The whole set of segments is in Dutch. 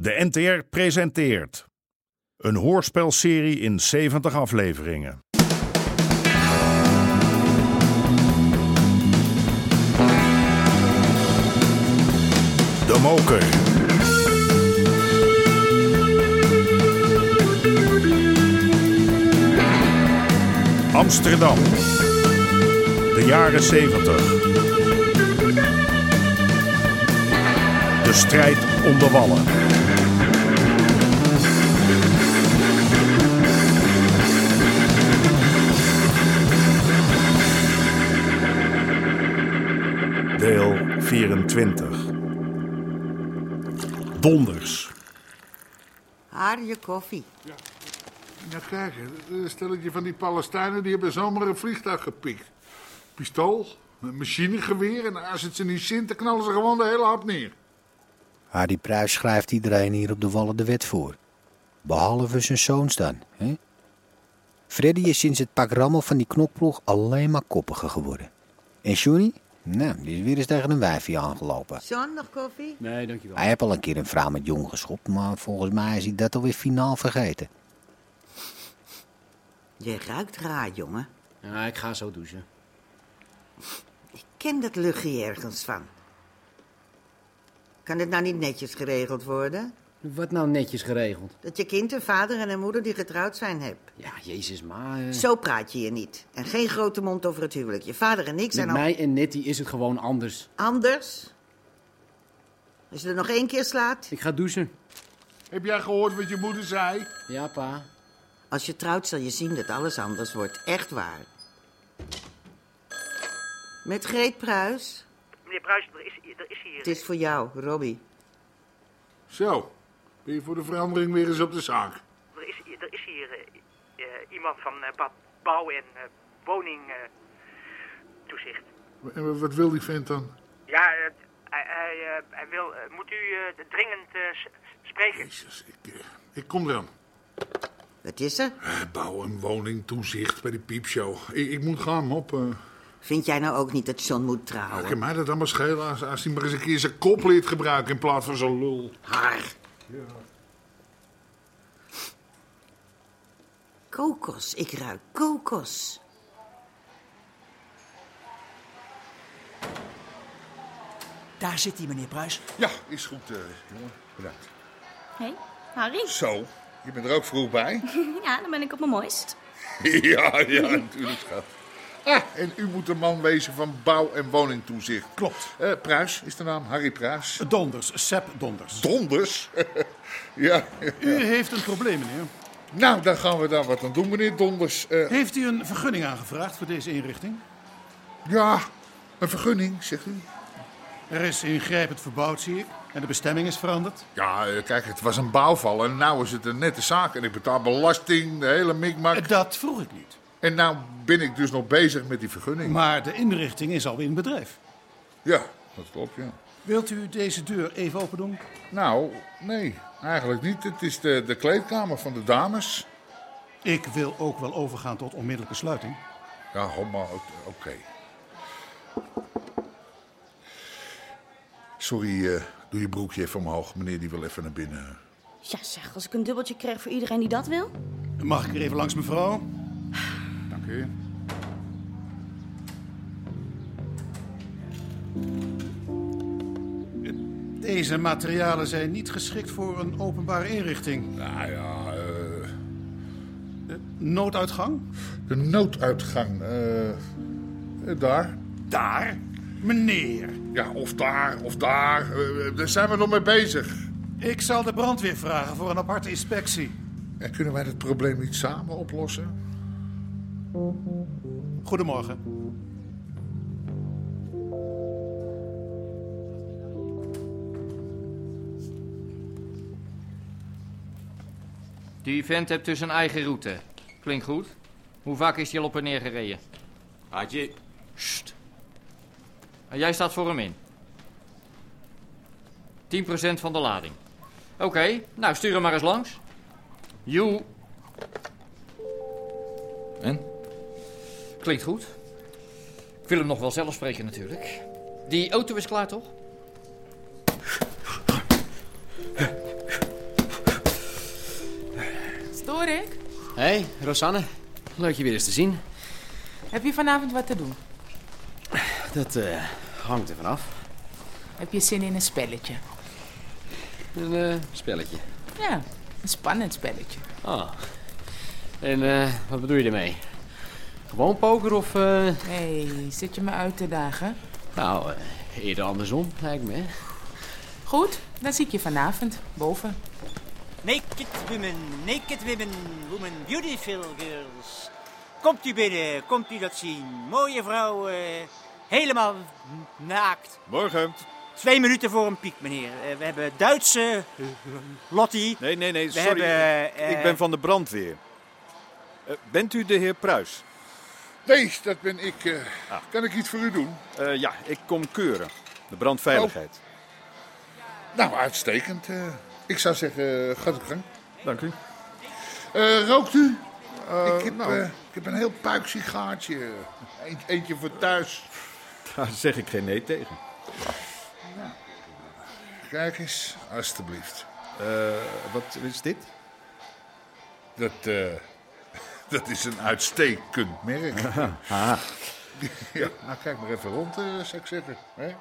De NTR presenteert een hoorspelserie in 70 afleveringen. De Moker. Amsterdam. De jaren 70. De strijd om de wallen. Deel 24. Donders. Haar je koffie. Ja, kijk, een stelletje van die Palestijnen die hebben zomaar een vliegtuig gepikt. Pistool, een machinegeweer en als het ze niet zint, dan knallen ze gewoon de hele hap neer. Harry Pruis schrijft iedereen hier op de Wallen de wet voor. Behalve zijn zoons dan, hè? Freddy is sinds het pak rammel van die knokploeg alleen maar koppiger geworden. En Johnny? Nou, die is weer eens tegen een wijfje aangelopen. John, nog koffie? Nee, dankjewel. Hij heeft al een keer een vrouw met jong geschopt, maar volgens mij is hij dat alweer finaal vergeten. Je ruikt raar, jongen. Ja, ik ga zo douchen. Ik ken dat luchtje ergens van. Kan dit nou niet netjes geregeld worden? Wat nou netjes geregeld? Dat je kind een vader en een moeder die getrouwd zijn hebt. Ja, jezus, maar... Zo praat je hier niet. En geen grote mond over het huwelijk. Je vader en ik zijn Met al... mij en Nettie is het gewoon anders. Anders? Als je er nog 1 keer slaat? Ik ga douchen. Heb jij gehoord wat je moeder zei? Ja, pa. Als je trouwt zal je zien dat alles anders wordt. Echt waar. Met Greet Pruis. Meneer Pruis, er is hier... Het is voor jou, Robbie. Zo, ben je voor de verandering weer eens op de zaak? Er is hier iemand van bouw- en woningtoezicht. En wat wil die vent dan? Ja, hij wil... moet u dringend spreken? Jezus, ik kom eraan. Wat is er? Bouw- en woningtoezicht bij die piepshow. Ik moet gaan, mop. Vind jij nou ook niet dat John moet trouwen? Kan mij dat allemaal schelen als hij maar eens een keer zijn kop leert gebruiken in plaats van zo'n lul. Haar. Kokos, ik ruik kokos. Daar zit hij, meneer Pruis. Ja, is goed, jongen. Bedankt. Hé, Harry? Zo, je bent er ook vroeg bij? Ja, dan ben ik op mijn mooist. ja, natuurlijk, schat. Ah, en u moet de man wezen van bouw- en woningtoezicht. Klopt. Pruis is de naam, Harry Pruis. Donders, Sepp Donders. Donders? ja. U heeft een probleem, meneer. Nou, dan gaan we daar wat aan doen, meneer Donders. Heeft u een vergunning aangevraagd voor deze inrichting? Ja, een vergunning, zegt u? Er is ingrijpend verbouwd, zie ik. En de bestemming is veranderd. Ja, kijk, het was een bouwval en nou is het een nette zaak. En ik betaal belasting, de hele mikmak. Dat vroeg ik niet. En nou ben ik dus nog bezig met die vergunning. Maar de inrichting is alweer in bedrijf. Ja, dat klopt, ja. Wilt u deze deur even open doen? Nou, nee, eigenlijk niet. Het is de kleedkamer van de dames. Ik wil ook wel overgaan tot onmiddellijke sluiting. Ja, maar oké. Sorry, doe je broekje even omhoog. Meneer die wil even naar binnen. Ja zeg, als ik een dubbeltje krijg voor iedereen die dat wil. Mag ik er even langs, mevrouw? Dank u. Deze materialen zijn niet geschikt voor een openbare inrichting. Nou ja, Nooduitgang? de nooduitgang, daar. Daar? Meneer. Ja, of daar. Daar zijn we nog mee bezig. Ik zal de brandweer vragen voor een aparte inspectie. En kunnen wij het probleem niet samen oplossen? Goedemorgen. Die vent heeft dus een eigen route. Klinkt goed. Hoe vaak is hij al op en neer gereden? Hartje. Sst. En jij staat voor hem in. 10% van de lading. Oké, nou stuur hem maar eens langs. Joe. En? Klinkt goed. Ik wil hem nog wel zelf spreken natuurlijk. Die auto is klaar, toch? Hey, Rosanne. Leuk je weer eens te zien. Heb je vanavond wat te doen? Dat hangt er vanaf. Heb je zin in een spelletje? Een spelletje. Ja, een spannend spelletje. Oh. En wat bedoel je ermee? Gewoon poker of... Hey, zit je me uit te dagen? Nou, eerder andersom, lijkt me. Hè? Goed, dan zie ik je vanavond, boven. Naked women, women, beautiful girls. Komt u binnen, komt u dat zien. Mooie vrouw, helemaal naakt. Morgen. 2 minuten voor een piek, meneer. We hebben Duitse Lottie. Nee, sorry. Ik ben van de brandweer. Bent u de heer Pruis? Nee, dat ben ik. Kan ik iets voor u doen? Ja, ik kom keuren. De brandveiligheid. Nou, uitstekend. Ik zou zeggen, ga uw gang. Dank u. Rookt u? Ik heb een heel puik sigaartje. Eentje voor thuis. Daar zeg ik geen nee tegen. Nou, kijk eens, alstublieft. Wat is dit? Dat is een uitstekend merk. Aha. Ja, nou kijk maar even rond, zou ik zeggen. Hè?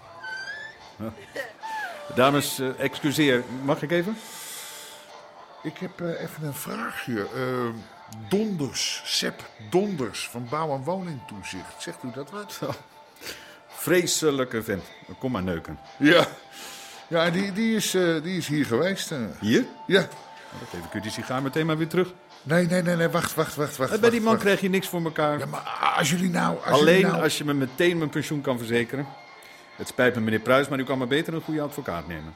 Dames, excuseer. Mag ik even? Ik heb even een vraagje. Donders, Sepp Donders van Bouw- en Woningtoezicht. Zegt u dat wat? Oh, vreselijke vent. Kom maar neuken. Ja, die is hier geweest. Hier? Ja. Dan geef ik u die sigaar meteen maar weer terug. Nee, wacht. Bij die man krijg je niks voor elkaar. Ja, maar als jullie nou... Als je me meteen mijn pensioen kan verzekeren. Het spijt me, meneer Pruis, maar u kan maar beter een goede advocaat nemen.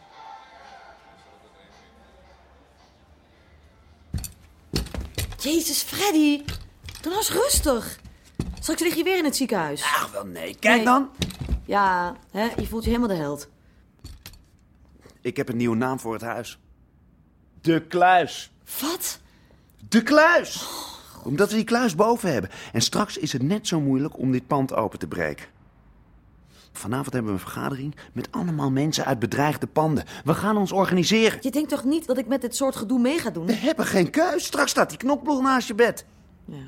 Jezus, Freddy. Doe nou eens rustig. Straks lig je weer in het ziekenhuis. Ach, wel nee. Kijk dan. Ja, hè, je voelt je helemaal de held. Ik heb een nieuwe naam voor het huis. De Kluis. Wat? De Kluis! Omdat we die kluis boven hebben. En straks is het net zo moeilijk om dit pand open te breken. Vanavond hebben we een vergadering met allemaal mensen uit bedreigde panden. We gaan ons organiseren. Je denkt toch niet dat ik met dit soort gedoe mee ga doen? We hebben geen keus. Straks staat die knokploeg naast je bed. Ja.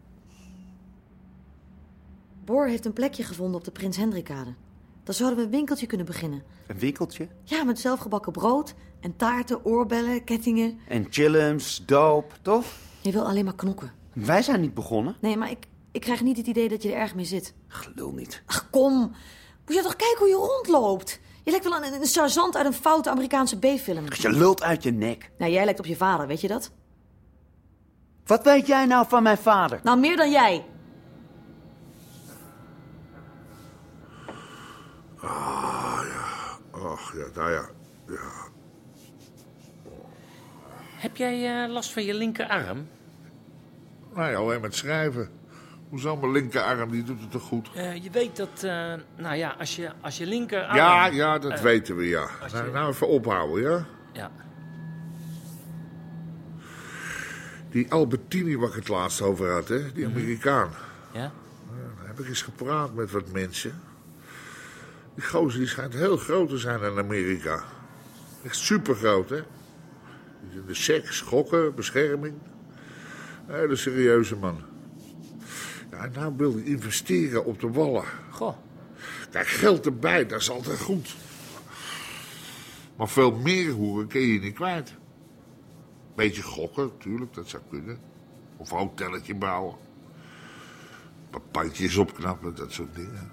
Boor heeft een plekje gevonden op de Prins Hendrikkade. Dan zouden we een winkeltje kunnen beginnen. Een winkeltje? Ja, met zelfgebakken brood en taarten, oorbellen, kettingen. En chillums, doop, toch? Je wil alleen maar knokken. Wij zijn niet begonnen. Nee, maar ik krijg niet het idee dat je er erg mee zit. Gelul niet. Ach, kom. Moet je toch kijken hoe je rondloopt? Je lijkt wel een sergeant uit een foute Amerikaanse B-film. Je lult uit je nek. Nou, jij lijkt op je vader, weet je dat? Wat weet jij nou van mijn vader? Nou, meer dan jij. Nou ja. Heb jij last van je linkerarm? Nou ja, alleen met schrijven. Hoezo mijn linkerarm, die doet het toch goed? Je weet dat, als je linkerarm... Ja, dat weten we, ja. Nou, even ophouden, ja? Ja. Die Albertini waar ik het laatst over had, hè? Die Amerikaan. Ja? Daar heb ik eens gepraat met wat mensen. Die gozer die schijnt heel groot te zijn in Amerika. Echt supergroot, hè? De seks, gokken, bescherming. Een hele serieuze man. Ja, en nou wil hij investeren op de Wallen. Goh. Kijk, geld erbij, dat is altijd goed. Maar veel meer hoeren kun je niet kwijt. Beetje gokken, natuurlijk, dat zou kunnen. Of een hotelletje bouwen. Een paar pandjes opknappen, dat soort dingen.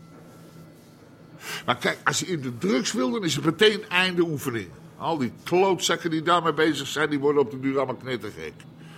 Maar kijk, als je in de drugs wil, dan is het meteen einde oefening. Al die klootzakken die daarmee bezig zijn, die worden op de duur allemaal knettergek.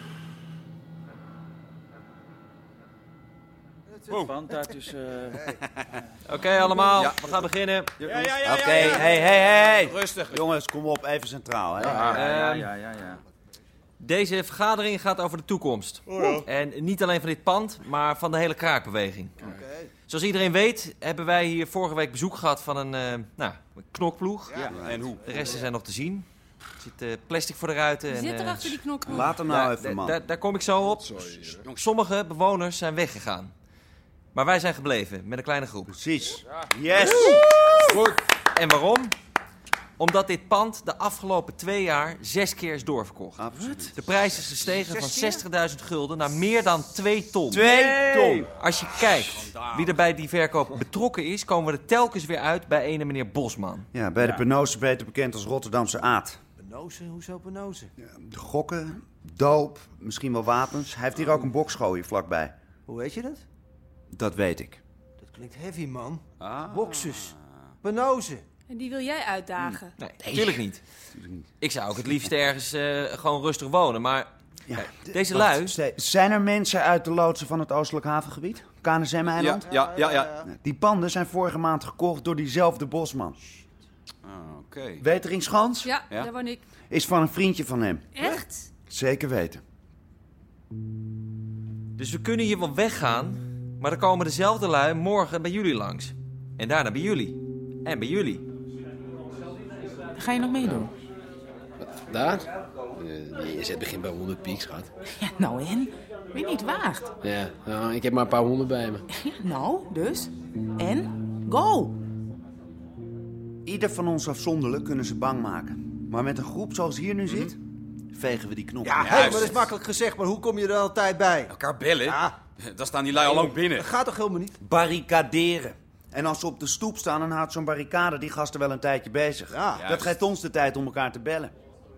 Oké, allemaal. We gaan beginnen. Oké, hey. Rustig. Jongens, kom op, even centraal. Hè? Ja. Deze vergadering gaat over de toekomst. En niet alleen van dit pand, maar van de hele kraakbeweging. Zoals iedereen weet, hebben wij hier vorige week bezoek gehad van een knokploeg. Ja. En hoe? De resten zijn nog te zien. Er zit plastic voor de ruiten. Wie zit er achter die knokploeg? Laat hem nou even, man. Daar kom ik zo op. Sommige bewoners zijn weggegaan. Maar wij zijn gebleven, met een kleine groep. Precies. Yes! Goed. En waarom? Omdat dit pand de afgelopen 2 jaar 6 keer is doorverkocht. Absoluut. De prijs is gestegen van 60.000 gulden naar meer dan 2 ton. 2 ton! Als je kijkt wie er bij die verkoop betrokken is, komen we er telkens weer uit bij ene meneer Bosman. Ja, bij de Penose beter bekend als Rotterdamse Aad. Penose? Hoezo Penose? Gokken, doop, misschien wel wapens. Hij heeft hier ook een bokschool hier vlakbij. Hoe weet je dat? Dat weet ik. Dat klinkt heavy, man. Boxers. Penose. En die wil jij uitdagen? Nee, natuurlijk niet. Ik zou ook het liefst ergens gewoon rustig wonen, maar kijk, deze lui... Zijn er mensen uit de loodsen van het Oostelijk Havengebied? KNSM-eiland? Ja. Die panden zijn vorige maand gekocht door diezelfde Bosman. Oké. Weteringschans? Ja, daar woon ik. Is van een vriendje van hem. Echt? Zeker weten. Dus we kunnen hier wel weggaan, maar dan komen dezelfde lui morgen bij jullie langs. En daarna bij jullie. En bij jullie. Ga je nog meedoen? Daar? Je zet begin bij 100 piek, schat. Ja, nou en? Wie niet waagt. Ja, nou, ik heb maar een paar 100 bij me. Nou, dus? En? Go! Ieder van ons afzonderlijk kunnen ze bang maken. Maar met een groep zoals hier nu zit, vegen we die knop. Ja, maar dat is makkelijk gezegd, maar hoe kom je er altijd bij? Elkaar bellen? Ja. Daar staan die lui al lang binnen. Dat gaat toch helemaal niet? Barricaderen. En als ze op de stoep staan, dan houdt zo'n barricade die gasten wel een tijdje bezig. Ja. Dat geeft ons de tijd om elkaar te bellen.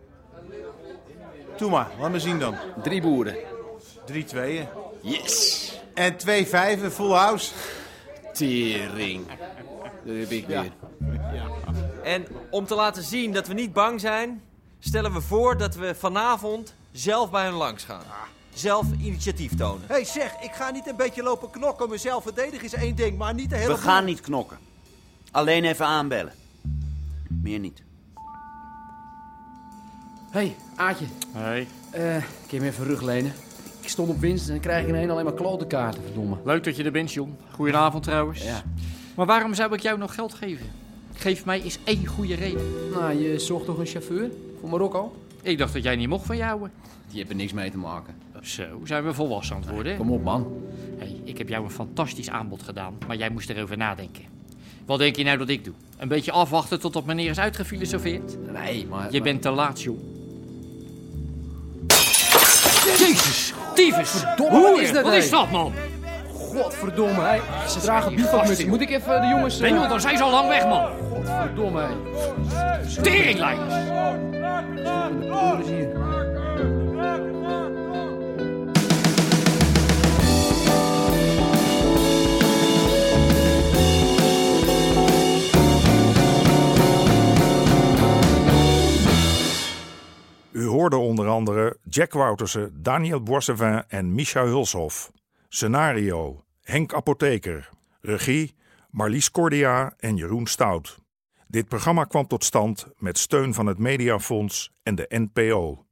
Doe maar, laat me zien dan. 3 boeren. 3 tweeën. Yes! En 2 vijven, full house. Tering. Dat heb ik weer. En om te laten zien dat we niet bang zijn, stellen we voor dat we vanavond zelf bij hen langs gaan. Zelf initiatief tonen. Hé, zeg, ik ga niet een beetje lopen knokken. Mezelf verdedigen is één ding, maar niet de hele... We gaan niet knokken. Alleen even aanbellen. Meer niet. Hey, Aatje. Hey. Kun je me even rug lenen? Ik stond op winst en dan krijg ik ineens alleen maar klote kaarten, verdomme. Leuk dat je er bent, John. Goedenavond trouwens. Ja. Maar waarom zou ik jou nog geld geven? Geef mij eens 1 goede reden. Nou, je zocht toch een chauffeur voor Marokko? Ik dacht dat jij niet mocht van jou. Die heeft er niks mee te maken. Zo, zijn we volwassen aan het worden. Kom op, man. Hey, ik heb jou een fantastisch aanbod gedaan, maar jij moest erover nadenken. Wat denk je nou dat ik doe? Een beetje afwachten totdat meneer is uitgefilosofeerd? Nee, maar... Je bent te laat, John. Jezus, tyfus! Verdomme, wat is dat, man? Godverdomme, hé. Ze dragen bivakmutsen. Moet ik even de jongens... Nee, joh, dan zijn ze al lang weg, man. Godverdomme, hé. Teringlijns! U hoorde onder andere Jack Woutersen, Daniel Boissevin en Micha Hulshoff. Scenario: Henk Apotheker. Regie: Marlies Cordia en Jeroen Stout. Dit programma kwam tot stand met steun van het Mediafonds en de NPO.